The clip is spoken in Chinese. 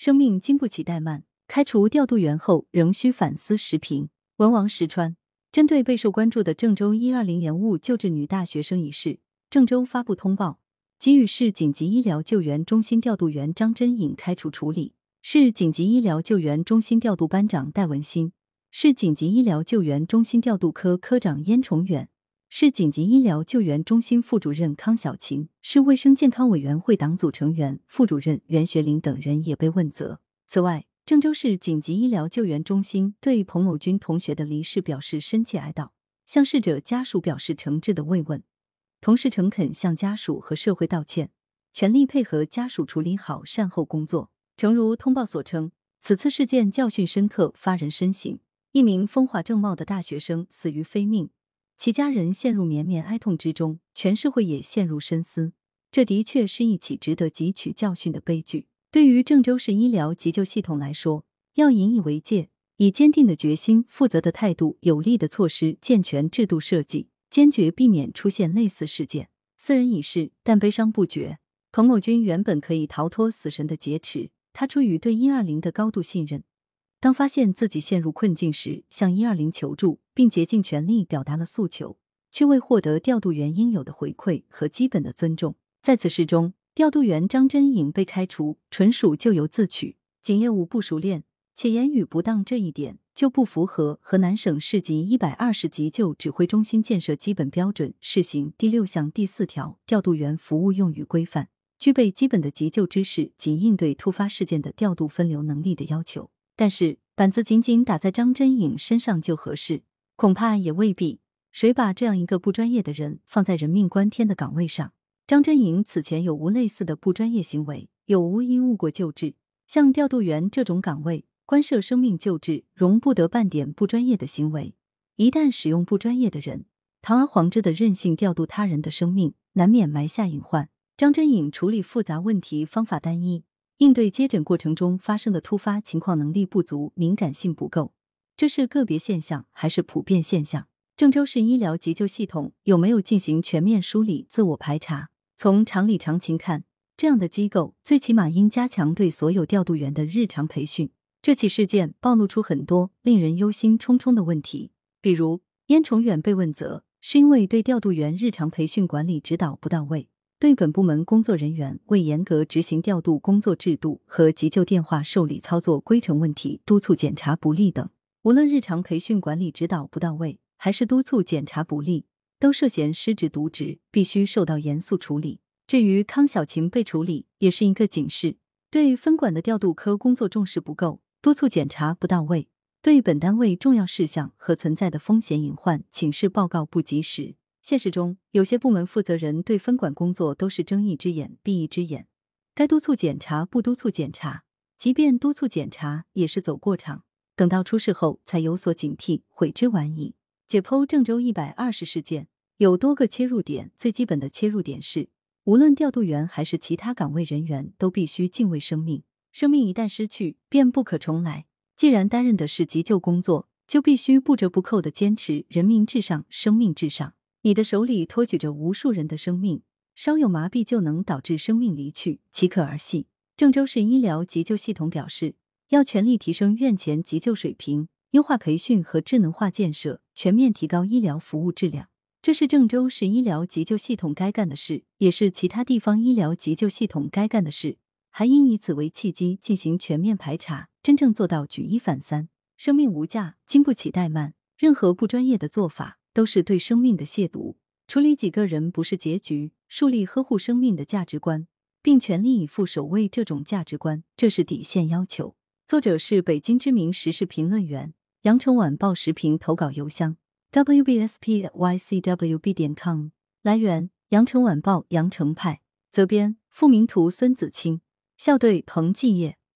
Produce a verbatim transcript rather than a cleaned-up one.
生命经不起怠慢，开除调度员后仍需反思时评。文王石川。针对备受关注的郑州一二零延误救治女大学生一事，郑州发布通报，给予市紧急医疗救援中心调度员张真颖开除处理。市紧急医疗救援中心调度班长戴文新，市紧急医疗救援中心调度科科长燕崇远，市紧急医疗救援中心副主任康小琴，市卫生健康委员会党组成员、副主任袁学林等人也被问责。此外，郑州市紧急医疗救援中心对彭某军同学的离世表示深切哀悼，向逝者家属表示诚挚的慰问，同时诚恳向家属和社会道歉，全力配合家属处理好善后工作。诚如通报所称，此次事件教训深刻，发人深省。一名风华正茂的大学生死于非命，其家人陷入绵绵哀痛之中，全社会也陷入深思。这的确是一起值得汲取教训的悲剧。对于郑州市医疗急救系统来说，要引以为戒，以坚定的决心、负责的态度、有力的措施、健全制度设计，坚决避免出现类似事件。斯人已逝，但悲伤不绝。彭某军原本可以逃脱死神的劫持，他出于对一二零的高度信任，当发现自己陷入困境时，向一二零求助，并竭尽全力表达了诉求，却未获得调度员应有的回馈和基本的尊重。在此事中，调度员张真颖被开除，纯属咎由自取，仅业务不熟练且言语不当这一点，就不符合河南省市级一百二十急救指挥中心建设基本标准试行第六项第四条调度员服务用语规范，具备基本的急救知识及应对突发事件的调度分流能力的要求。但是，板子仅仅打在张真颖身上就合适，恐怕也未必。谁把这样一个不专业的人放在人命关天的岗位上？张真颖此前有无类似的不专业行为？有无因误过救治？像调度员这种岗位，关涉生命救治，容不得半点不专业的行为。一旦使用不专业的人，堂而皇之的任性调度他人的生命，难免埋下隐患。张真颖处理复杂问题方法单一，应对接诊过程中发生的突发情况能力不足，敏感性不够。这是个别现象还是普遍现象？郑州市医疗急救系统有没有进行全面梳理、自我排查？从常理常情看，这样的机构最起码应加强对所有调度员的日常培训。这起事件暴露出很多令人忧心忡忡的问题，比如燕崇远被问责，是因为对调度员日常培训管理指导不到位，对本部门工作人员未严格执行调度工作制度和急救电话受理操作规程问题督促检查不力等。无论日常培训管理指导不到位，还是督促检查不力，都涉嫌失职渎职，必须受到严肃处理。至于康小琴被处理，也是一个警示，对分管的调度科工作重视不够，督促检查不到位，对本单位重要事项和存在的风险隐患请示报告不及时。现实中，有些部门负责人对分管工作都是睁一只眼闭一只眼，该督促检查不督促检查，即便督促检查也是走过场，等到出事后才有所警惕，悔之晚矣。解剖郑州一百二十事件有多个切入点，最基本的切入点是，无论调度员还是其他岗位人员都必须敬畏生命，生命一旦失去便不可重来。既然担任的是急救工作，就必须不折不扣地坚持人民至上，生命至上。你的手里托举着无数人的生命，稍有麻痹就能导致生命离去，岂可儿戏？郑州市医疗急救系统表示，要全力提升院前急救水平，优化培训和智能化建设，全面提高医疗服务质量。这是郑州市医疗急救系统该干的事，也是其他地方医疗急救系统该干的事，还应以此为契机进行全面排查，真正做到举一反三。生命无价，经不起怠慢，任何不专业的做法都是对生命的亵渎。处理几个人不是结局，树立呵护生命的价值观，并全力以赴守卫这种价值观，这是底线要求。作者是北京知名时事评论员，羊城晚报时评投稿邮箱 w b s p y c w b 点 com。 来源羊城晚报羊城派，责编付明图孙子清，校对彭继业。